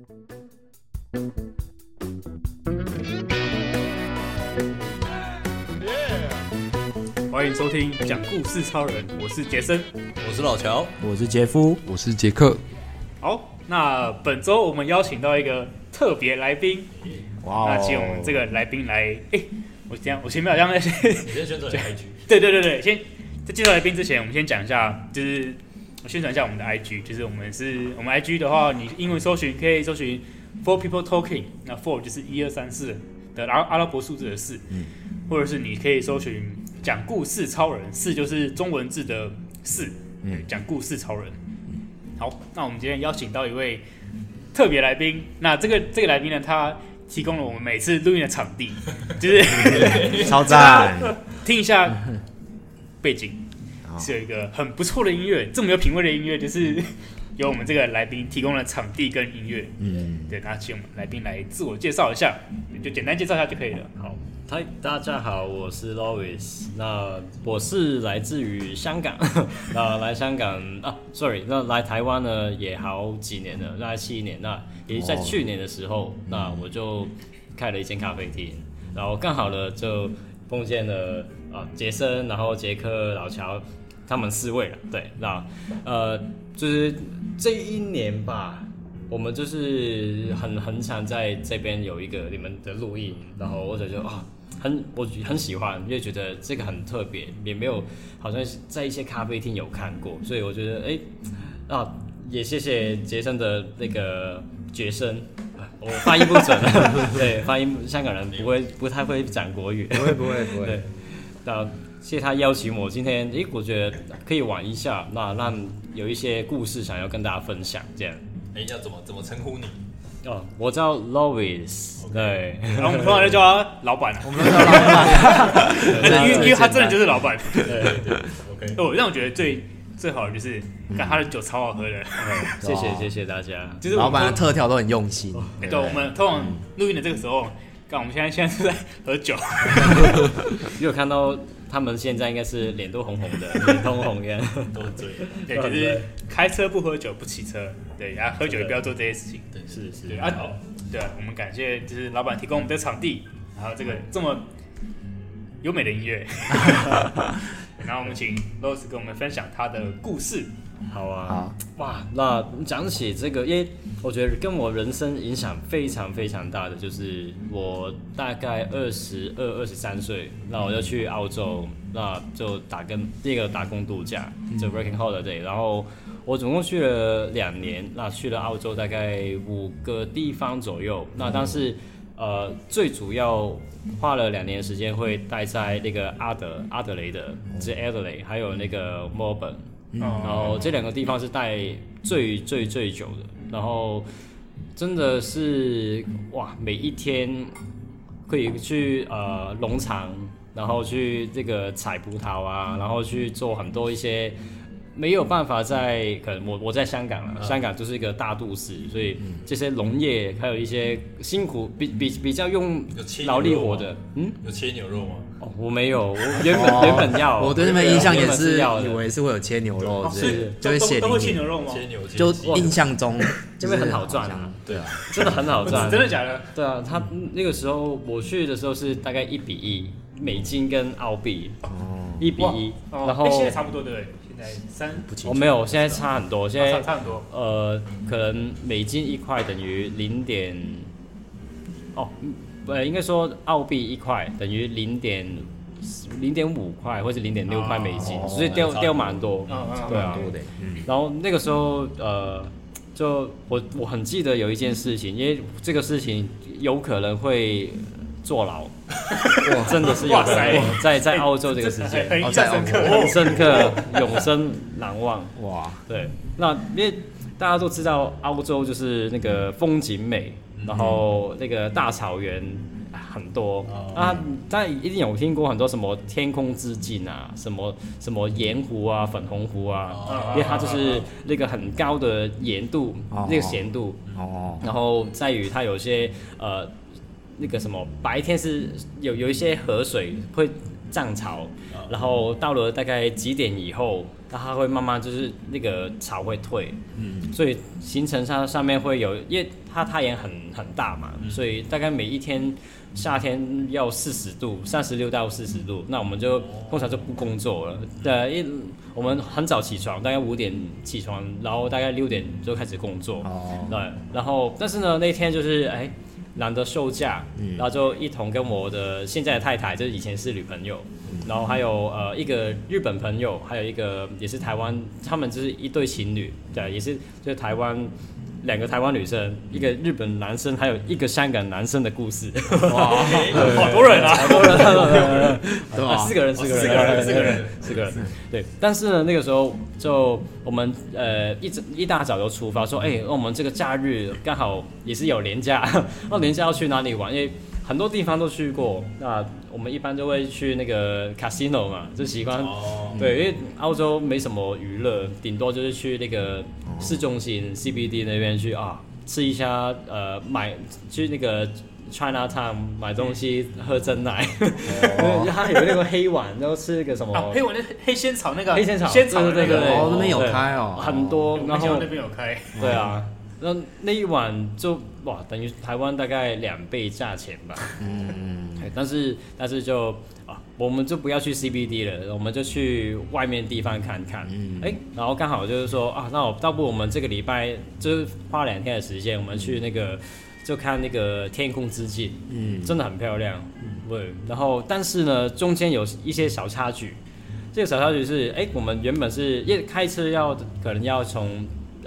欢迎收听讲故事超人，我是杰森， 我是老乔， 我是杰夫， 我是杰克。 好，那本周我们邀请到一个特别来宾，那请我们这个来宾来，我前面好像那些， 你先宣传你的 IG。 对，先在介绍来宾之前，我们先讲一下，就是宣传一下我们的 IG，就是我们 IG 的话，你英文搜寻可以搜寻 Four People Talking， 那 Four 就是1、2、3、4的阿拉伯数字的4，或者是你可以搜寻讲故事超人，4就是中文字的4，讲故事超人。好，那我们今天邀请到一位特别来宾，那这个来宾呢，他提供了我们每次录音的场地，就是超赞， 听一下背景是有一个很不错的音乐，这么有品味的音乐，就是由我们这个来宾提供了场地跟音乐。对，那请我们来宾来自我介绍一下，就简单介绍一下就可以了。好。 嗨，大家好，我是 Lois。那我是来自于香港，来香港那来台湾呢也好几年了，大概7年。那也在去年的时候，那我就开了一间咖啡厅，然后刚好呢就碰见了杰森，然后杰克、老乔他们4位了。对，那就是这一年吧。我们就是很常在这边有一个你们的录音，然后我就我很喜欢，因为觉得这个很特别，也没有好像在一些咖啡厅有看过，所以我觉得也谢谢杰森的那个杰森，我发音不准，对，发音香港人不太会讲国语， 不会， 对，那谢谢他邀请我今天，我觉得可以玩一下，那让有一些故事想要跟大家分享，这样。 要怎么称呼你？ 我叫 Lois， 对， 然后我们通常就叫他老板， 我们都叫老板，因为他真的就是老板。 对 ，OK。 让我觉得最好的就是，看他的酒超好喝的。 谢谢大家。 就是老板的特调都很用心。 对，我们通常录音的这个时候，我们现在是在喝酒。 因为我看到他们现在应该是脸都红红的，脸通红一样， 都醉。 对，就是开车不喝酒不骑车，对，然后喝酒也不要做这些事情。 对，是。 对对，我们感谢就是老板提供我们的场地，然后这么优美的音乐。然后我们请 Rose 跟我们分享他的故事。 好啊，哇，那讲起这个，因为我觉得跟我人生影响非常非常大的，就是我大概22、23岁，那我就去澳洲，那就第一个打工度假，就 working holiday，然后我总共去了2年，那去了澳洲大概5个地方左右，那但是最主要花了2年的时间会待在那个阿德雷德，就是 Adelaide， 还有那个墨尔本。然后这2个地方是待最久的，然后真的是哇，每一天可以去农场，然后去这个采葡萄啊，然后去做很多一些没有办法可能我在香港香港就是一个大都市，所以这些农业还有一些辛苦比较用劳力活的， 有切牛肉吗？ 我没有，我原本要， 我对那边印象也是以为是会有切牛肉，就会写都会切牛肉吗？ 就印象中这边很好赚啊， 对啊， 真的很好赚， 真的假的？ 对啊，他那个时候我去的时候是大概1比1，美金跟澳币，1比1，然后现在差不多对不对？现在我没有，现在差很多，现在差很多， 可能美金1块等于应该说澳币1块等于0.5块或是0.6块美金，所以掉蛮多，对啊，然后那个时候就我很记得有一件事情，因为这个事情有可能会坐牢，真的是有可能在澳洲这个时间， 很深刻， 很深刻，永生难忘。 哇， 对，那因为大家都知道澳洲就是那个风景美，然后那个大草原很多大家一定有听过很多什么天空之镜啊，什么盐湖啊、粉红湖啊，因为它就是那个很高的盐度，那个咸度，然后在于它有些那个什么白天是有一些河水会涨潮，然后到了大概几点以后，那它会慢慢就是那个潮会退，所以行程上面会有，因为它太阳很大嘛，所以大概每一天夏天要40度，36到40度，那我们就通常就不工作了，对，因为我们很早起床，大概5点起床，然后大概6点就开始工作，对，然后但是呢那天就是懒得休假，然后就一同跟我的现在的太太，就是以前是女朋友，然后还有一个日本朋友，还有一个也是台湾，他们就是一对情侣，对，也是就是2个台湾女生，一个日本男生，还有一个香港男生的故事。 哇，好多人啊，好多人， 对吧？4个人，对。但是呢，那个时候就我们一大早就出发，说我们这个假日刚好也是有连假，那连假要去哪里玩？因为很多地方都去过，那我们一般就会去那个 casino 嘛，就喜欢，对，因为澳洲没什么娱乐，顶多就是去那个市中心 CBD 那边去吃一下，去那个 Chinatown 买东西，喝珍奶，它有那个黑碗，然后吃那个什么黑碗的黑仙草那个黑仙草， 对， 那边有开很多，然后那边有开， 对啊。那一碗就等于台湾大概2倍价钱吧。但是就我们就不要去 CBD 了，我们就去外面地方看看。然后刚好就是说那倒不我们这个礼拜就是花2天的时间，我们去那个就看那个天空之镜，真的很漂亮。对，然后但是呢，中间有一些小插曲。这个小插曲是我们原本是因为开车可能要从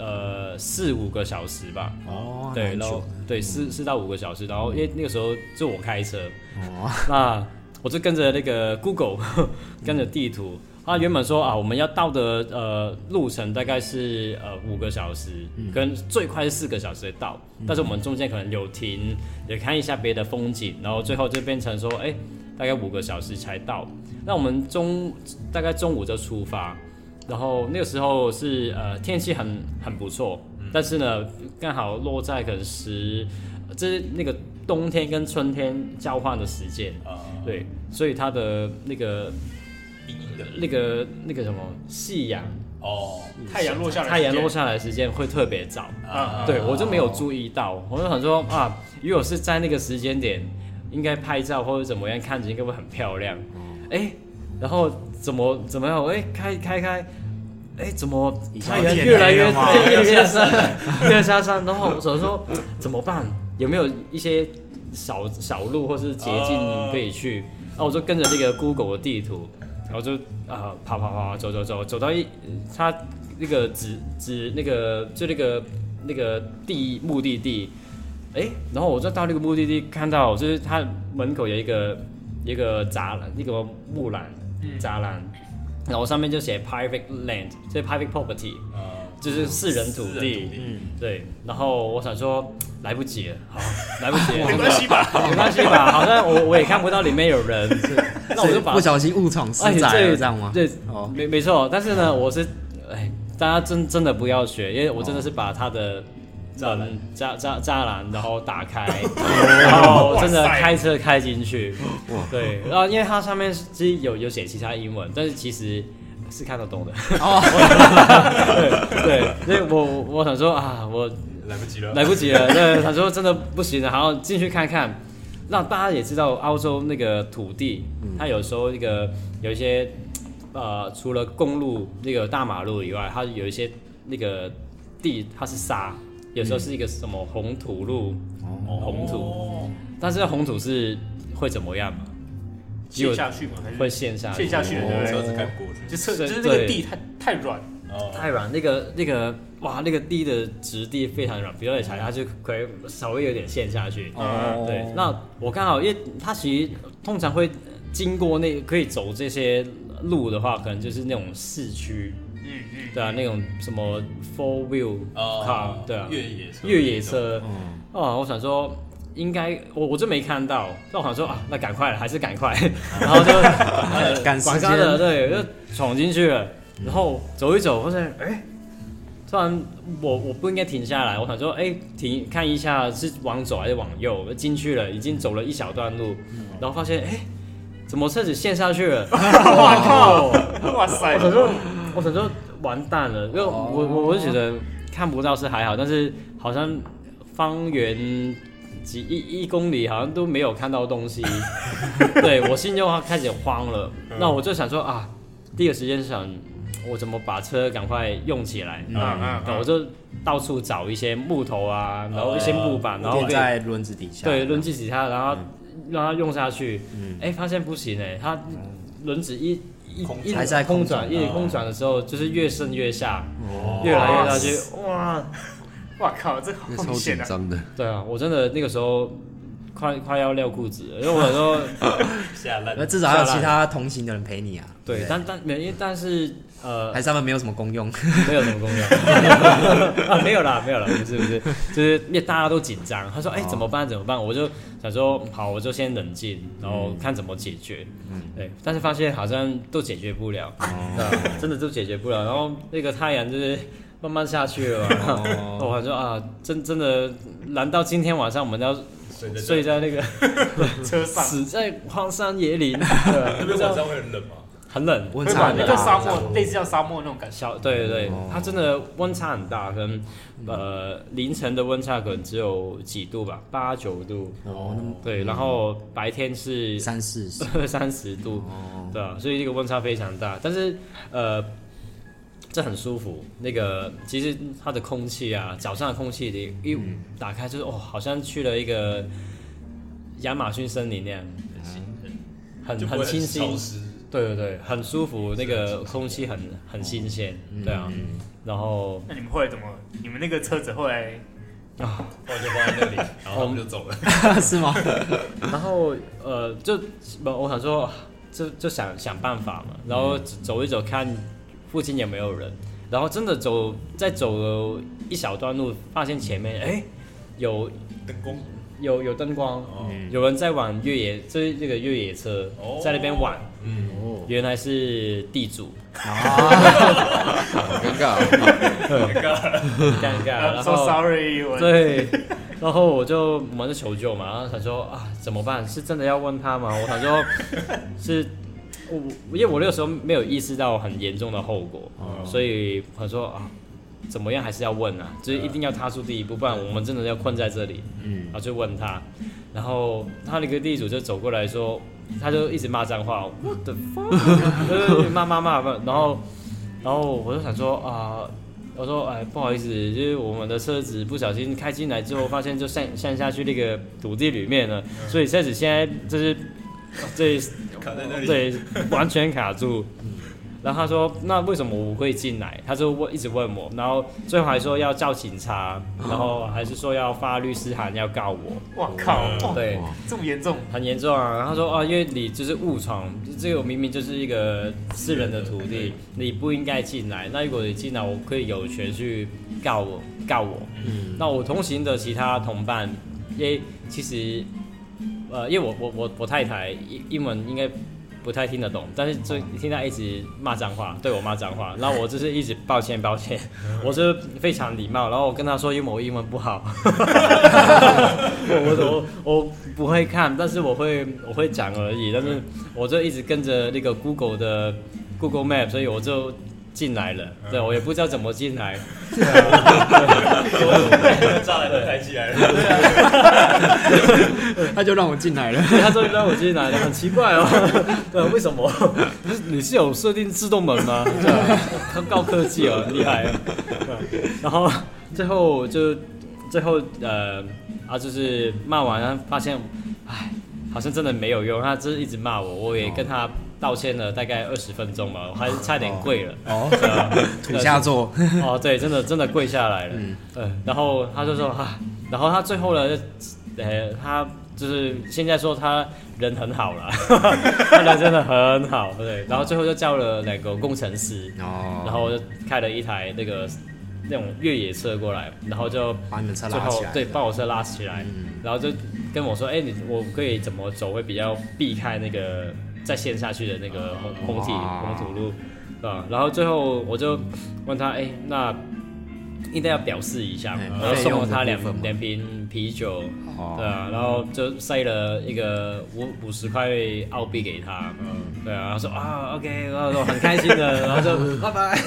4-5个小时吧，对，然后对4到5个小时，然后因为那个时候就我开车，那我就跟着那个 Google 跟着地图，他原本说我们要到的路程大概是5个小时，跟最快是4个小时到，但是我们中间可能有停，也看一下别的风景，然后最后就变成说大概5个小时才到，那我们大概中午就出发。然后那个时候是天气很不错，但是呢刚好落在可能这是那个冬天跟春天交换的时间，对，所以它的那个那个什么夕阳太阳落下来的时间会特别早，对，我就没有注意到，我就想说如果是在那个时间点，应该拍照或者怎么样，看着应该会很漂亮，然后怎么样？开，怎么太阳越来越深，越下山？然后我想说怎么办？有没有一些小路或是捷径可以去？然后我就跟着那个 Google 的地图，然后就跑，走到它那个指那个就那个目的地，然后我就到那个目的地看到，就是它门口有一个栅栏，一个木栏。栅栏，然后上面就写 private land， 就是 private property，就是私人土地，对。然后我想说来不及了，来不及了， 没关系吧， 好像我也看不到里面有人，那我就把不小心误闯私宅了，这样吗？ 对，没错。但是呢，我是大家真的不要学，因为我真的是把他的栅栏，然后打开，然后真的开车开进去，对，然后因为它上面其实有写其他英文，但是其实是看得懂的。对，所以我想说我来不及了，对，想说真的不行了，然后进去看看。那大家也知道，澳洲那个土地，它有时候有一些除了公路那个大马路以外，它有一些那个地它是沙。有时候是一个什么红土路，红土，但是红土是会怎么样嘛？ 陷下去吗？ 会陷下去， 对不对？ 车子开不过去， 就是那个地太软， 太软，那个地的质地非常软，比较踩下去可以稍微有点陷下去。对，那我刚好因为它其实通常会经过可以走这些路的话，可能就是那种市区。对啊，那种什么 4 wheel car，对啊，越野车，我想说应该我就没看到，但我想说那赶快了，还是赶快，然后就赶时间的，对，就闯进去了，然后走一走，发现突然我不应该停下来，我想说停看一下是往左还是往右，进去了，已经走了一小段路，然后发现怎么车子陷下去了？ 哇靠！哇塞！ 我想说完蛋了，因为我就觉得看不到是还好，但是好像方圆1公里好像都没有看到东西，对我心就开始慌了。那我就想说啊，第一个时间想我怎么把车赶快用起来，我就到处找一些木头啊，然后一些木板，然后垫在轮子底下， 对，轮子底下，然后让它用下去。发现不行它轮子还在空转，一空转的时候就是越渗越下，越来越下去， 哇靠，这好超紧张的。 对啊，我真的那个时候快要撂裤子了，因为我想说下烂， 那至少还有其他同行的人陪你啊。 对，但是还是他们没有什么功用， 没有什么功用啊，没有啦，不是，就是因为大家都紧张，他说怎么办？我就想说好，我就先冷静，然后看怎么解决。对，但是发现好像都解决不了，真的都解决不了。然后那个太阳就是慢慢下去了嘛，我说啊，真的，难道今天晚上我们要睡在那个车上， 死在荒山野岭？ 那边晚上会很冷吗？ 很冷， 温差很大， 那个沙漠类似像沙漠那种感觉。 对，它真的温差很大，可能凌晨的温差可能只有几度吧，8、9度。对，然后白天是30度，对啊，所以这个温差非常大。但是这很舒服。那个其实它的空气啊，早上的空气一打开就是好像去了一个亚马逊森林那样，很清新。对，很舒服，那个空气很新鲜，对啊。然后那你们后来怎么？你们那个车子后来我就放在那里，然后我们就走了， 是吗？ 然后我想说，就想办法嘛，然后走一走，看附近有没有人，然后真的再走了一小段路，发现前面有灯光。 有灯光，有人在玩越野，这个越野车在那边玩，原来是地主， 好尴尬， 尴尬。 So sorry， 对，然后我们就求救嘛，然后想说啊怎么办？是真的要问他吗？我想说是。因为我那个时候没有意识到很严重的后果，所以我说啊。怎么样还是要问啊，就是一定要踏出第一步，不然我们真的要困在这里。然后就问他，然后他那个地主就走过来说，他就一直骂脏话 ，What the fuck， 骂，然后我就想说我说不好意思，就是我们的车子不小心开进来之后，发现就陷下去那个土地里面了，所以车子现在就是卡在那里， 对，完全卡住。然后他说：“那为什么我会进来？”他就一直问我，然后最后还说要叫警察，然后还是说要发律师函要告我。 哇靠！ 对， 这么严重？ 很严重啊！然后他说因为你就是误闯，这个明明就是一个私人的土地，你不应该进来。那如果你进来，我可以有权去告我。那我同行的其他同伴，因为其实因为我太太英文应该不太听得懂，但是就听他一直骂脏话，对我骂脏话，然后我就是一直抱歉，我就非常礼貌，然后我跟他说，因为我英文不好，我不会看，但是我会讲而已，但是我就一直跟着那个 Google 的 Google Map， 所以我就进来了，对，我也不知道怎么进来， 栅栏都抬起来了， 他就让我进来了， 他终于让我进来了，很奇怪哦，对，为什么？你是有设定自动门吗？高科技哦，很厉害。然后最后就是骂完，发现好像真的没有用，他真的一直骂我，我也跟他道歉了大概20分钟吧，我还是差点跪了。 土下座。 对，真的跪下来了。然后他就说然后他最后呢，他就是现在说他人很好啦，他人真的很好，对。然后最后就叫了2个工程师，然后就开了一台那种越野车过来，然后就把你们车拉起来， 对，把我车拉起来，然后就跟我说，我可以怎么走会比较避开那个再陷下去的那个红土路，对吧？然后最后我就问他，那一定要表示一下嘛，然后送了他2瓶啤酒，对啊，然后就塞了一个50块澳币给他，对啊，他说啊 OK， 然后很开心的，然后就拜拜。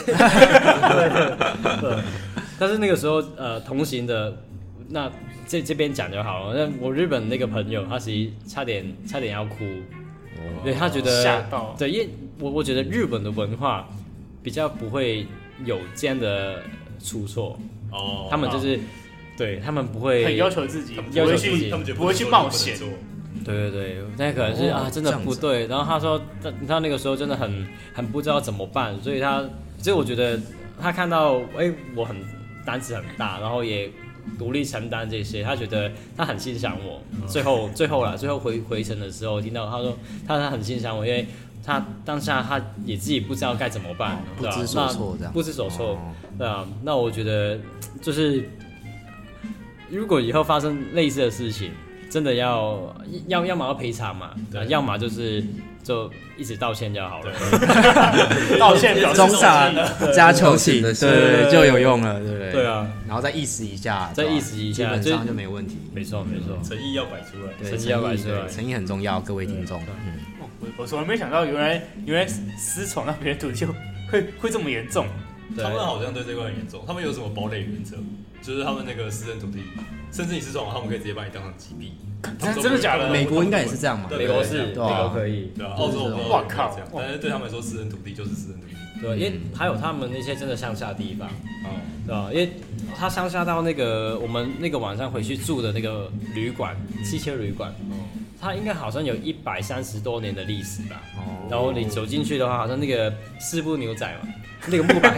但是那个时候同行的那这边讲就好了，那我日本那个朋友他其实差点要哭，对他觉得吓到， 对，因为我觉得日本的文化比较不会有这样的出错，他们就是对他们不会很要求自己，不会去冒险。 对对对，那可能是真的不对。然后他说他那个时候真的很不知道怎么办，所以我觉得他看到我很胆子很大，然后也独立承担这些，他觉得他很欣赏我。最后回程的时候，听到他说他很欣赏我，因为他当下他也自己不知道该怎么办， 不知所措这样。 不知所措，对啊。那我觉得就是如果以后发生类似的事情，真的要么要赔偿嘛，要么就一直道歉就好了。 道歉表示中场加求情，对，就有用了，对不对？ 对啊， 然后再意识一下，基本上就没问题。 没错， 诚意要摆出来， 对，诚意很重要，各位听众。 我从来没想到，原来私闯到别人土地会这么严重。 他们好像对这块很严重，他们有什么堡垒原则？就是他们那个私人土地，甚至你私闯，他们可以直接把你当成击毙。 真的假的？ 美国应该也是这样嘛？ 美国可以， 对啊，澳洲我不知道哇靠！ 但是对他们来说，私人土地就是私人土地。 对，因为还有他们那些真的乡下地方，对吧？因为他乡下到那个我们那个晚上回去住的那个旅馆，汽车旅馆，它应该好像有130多年的历史吧。然后你走进去的话，好像那个四部牛仔嘛，那个木板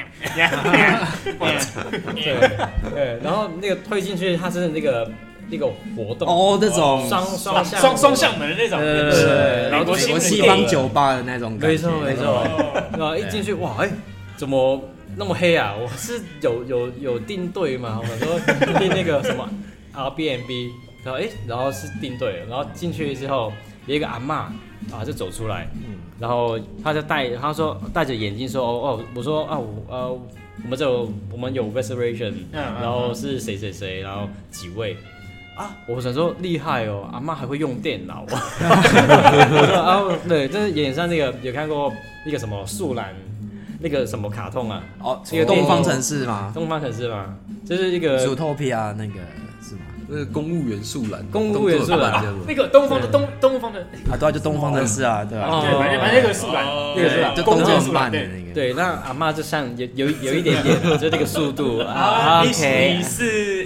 对，然后那个推进去，它是那个活动那种双向门的那种， 对， 然后西方酒吧的那种感觉， 没错，然后一进去哇，怎么那么黑啊？我是有订队嘛，我想说订那个什么 Airbnb， 然后是订队了，然后进去之后有一个阿嬷就走出来，然后他说戴着眼镜说我说我们有 reservation， 然后是谁，然后几位。我想说厉害哦，阿嬷还会用电脑。对，就是演上那个有看过那个什么树懒，那个什么卡通啊？ 那个东方城市嘛， 就是一个 Zootopia 那个是吗？ 那个公务员树懒， 那个东方的对，就东方城市啊，对吧？ 对，反正那个树懒， 就动作很慢的那个。 对，那阿嬷就像有一点点，就那个速度。 OK， 你是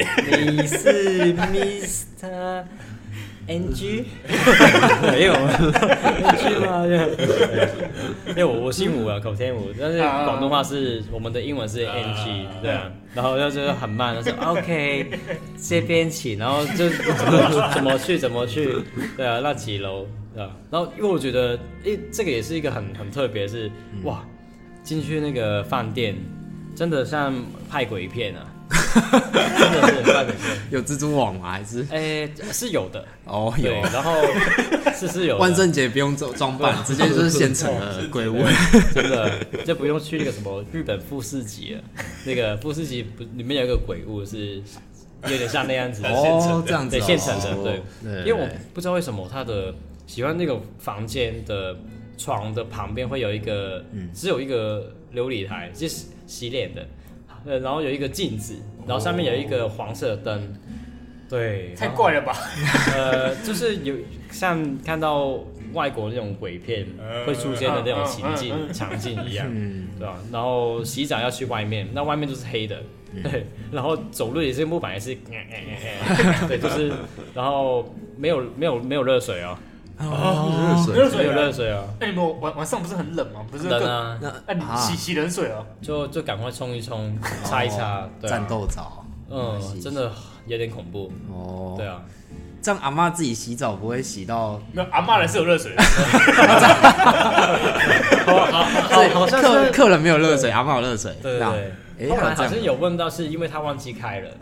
Mr. NG， 没有 NG 吗？因为我姓吴啊，口天吴，但是广东话是我们的英文是 NG， 对啊，然后就是很慢，他说 OK， 这边请，然后就怎么去，对啊，那几楼，对啊，然后因为我觉得，这个也是一个很特别，是哇，进去那个饭店，真的像拍鬼片啊。真的是拍鬼片， 有蜘蛛网吗？还是？ 是有的有。 然后是有的。 万圣节不用装扮，直接就是现成的鬼屋， 真的就不用去那个什么日本富士急了。那个富士急里面有一个鬼屋是有点像那样子的， 这样子， 对，现成的，对。因为我不知道为什么他的喜欢那个房间的床的旁边会有一个，只有一个琉璃台，就是洗脸的。然后有一个镜子，然后上面有一个黄色的灯，对， 太怪了吧？ 就是有像看到外国那种鬼片会出现的那种场景一样，对吧？然后洗澡要去外面，那外面都是黑的，对，然后走路也是木板也是，对，就是，然后没有热水哦。 有热水啊！ 那你们晚上不是很冷吗？不是冷啊？ 那你洗冷水啊？ 就赶快冲一冲，擦一擦， 战斗澡。 真的有点恐怖。对啊， 这样阿嬷自己洗澡不会洗到？ 没有，阿嬷人是有热水的。 好像客人没有热水，阿嬷有热水。 对。后来好像有问到，是因为他忘记开了。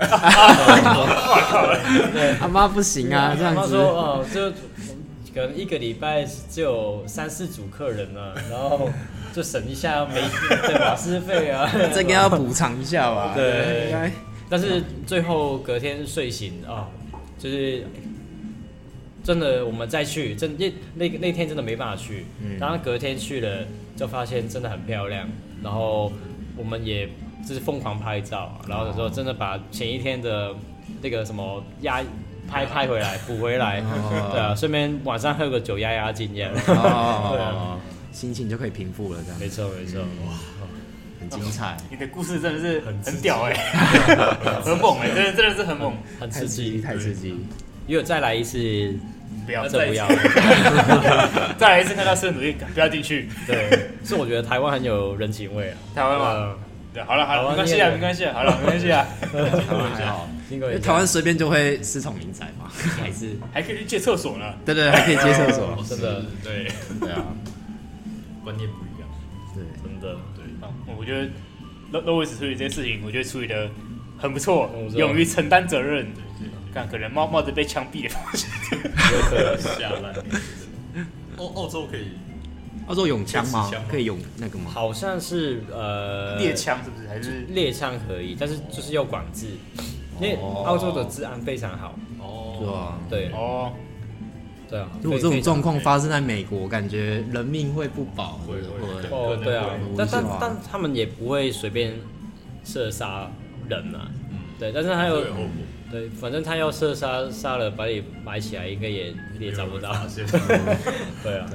对，阿嬷不行啊，这样子。 阿嬷说就可能1个礼拜只有3-4组客人了，然后就省一下对瓦斯费啊， 这个要补偿一下吧。 对， 应该。 但是最后隔天睡醒就是真的我们再去，那天真的没办法去，然后隔天去了就发现真的很漂亮，然后我们也就是疯狂拍照，然后有时候真的把前一天的那个什么拍回来补回来，对啊，顺便晚上喝个酒压惊这样，对啊， 心情就可以平复了这样。 没错，哇， 很精彩。 你的故事真的是很屌很猛真的是很猛， 很刺激， 太刺激。 如果再来一次， 不要， 再不要， 再来一次看到私人主义，不要进去。 对，是我觉得台湾很有人情味啊， 台湾嘛。对，好了，没关系啊，好了，没关系啊。 台湾还好，因为台湾随便就会私闯民宅嘛， 还可以去借厕所呢。 对，还可以借厕所， 真的， 对啊， 观念不一样， 对， 真的， 对。我觉得 Louis 处理这些事情，我觉得处理的很不错，勇于承担责任。看，可能冒着被枪毙的风险， 有可能下烂。澳洲可以。 澳洲有枪吗？可以用那个吗？ 好像是猎枪是不是？还是猎枪可以，但是就是要管制，因为澳洲的治安非常好。对啊。 如果这种状况发生在美国，感觉人命会不保。 对啊。但他们也不会随便射杀人嘛。对，但是还有对，反正他要射杀了，把你埋起来，应该也找不到。对啊。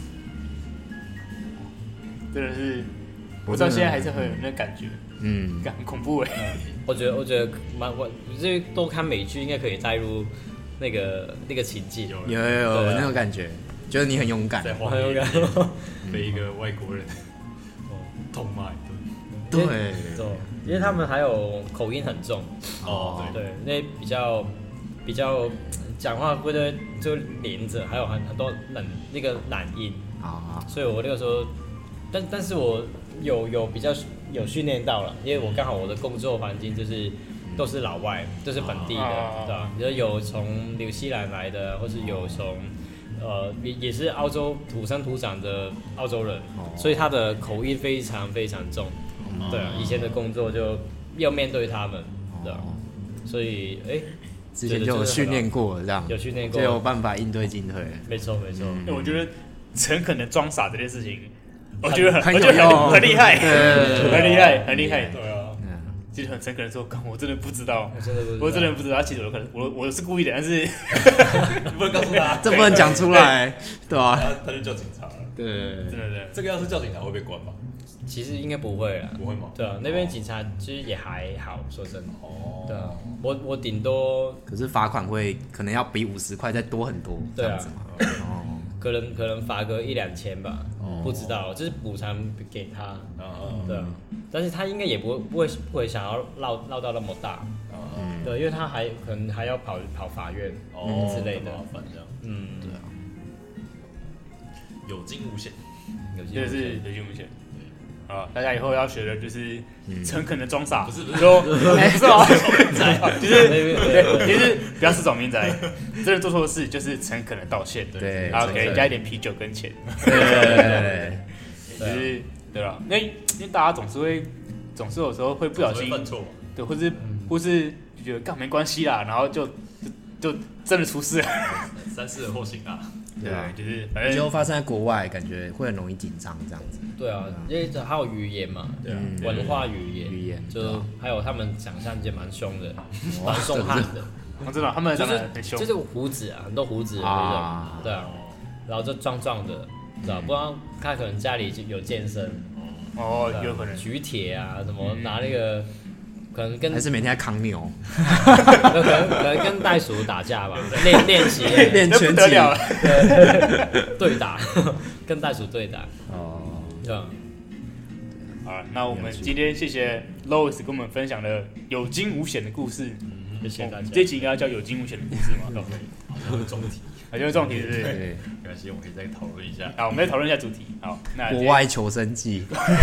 真的是，我到现在还是很有那感觉，很恐怖我觉得我这多看美剧应该可以带入那个情境。 有那种感觉，觉得你很勇敢， 很勇敢， 被一个外国人痛骂一顿。 对，因为他们还有口音很重。对，那比较讲话会就连着，还有很多那个懒音所以我那个时候。但是我有比较有训练到了，因为我刚好我的工作环境就是都是老外，都是本地的，对吧？比如有从纽西兰来的，或是有从也是澳洲土生土长的澳洲人，所以他的口音非常非常重，对啊，以前的工作就要面对他们，对啊，所以之前就有训练过，这样有训练过， 就有办法应对进退。 没错。 我觉得诚恳的装傻这件事情。我觉得很厉害，很厉害，对啊，其实很诚恳的说，我真的不知道，我真的不知道。其实我是故意的，但是不能告诉他， 这不能讲出来，对吧？ 他就叫警察了， 对， 真的， 这个要是叫警察会被关吗？ 其实应该不会啊， 不会吗？ 对啊，那边警察其实也还好，说真的。对啊，我顶多， 可是罚款会可能要比50块再多很多，这样子嘛。 可能罚个1-2千吧，不知道，就是补偿给他，对啊，但是他应该也不会想要闹到那么大，对，因为他可能还要跑法院之类的， 麻烦这样， 对啊， 有惊无险， 这是有惊无险。大家以后要学的就是诚恳的装傻，不是说不是哦，就是不要是种民宅，真的做错事就是诚恳的道歉， 对， 然后给人家一点啤酒跟钱， 对， 就是对了，因为大家总是有时候会不小心犯错， 对，或是就觉得干没关系啦，然后就真的出事了 ，3、4人后行啊。 对啊， 就是反正就发生在国外，感觉会很容易紧张这样子。 对啊，因为还有语言嘛，对啊，文化语言，就还有他们想象就蛮凶的，蛮凶悍的。 我知道他们长得很凶， 就是胡子啊，很多胡子的那种，对啊，然后就壮壮的，知道？不然他可能家里有健身， 有可能举铁啊，什么拿那个。可能跟还是每天在扛牛， 可能跟袋鼠打架吧，练习练拳击， 对打，跟袋鼠对打。对吧？ 好，那我们今天谢谢 Louis 跟我们分享了有惊无险的故事。 谢谢大家。 这集应该要叫有惊无险的故事嘛？ 对，好像是中题， 就是重题，对不对？ 对， 没关系，我们可以再讨论一下。 好，我们再讨论一下主题。好，那国外求生记。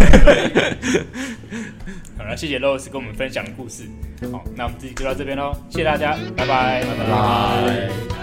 好了，谢谢 Louis 跟我们分享的故事。好，那我们这集就到这边喽，谢谢大家，拜拜， 拜拜。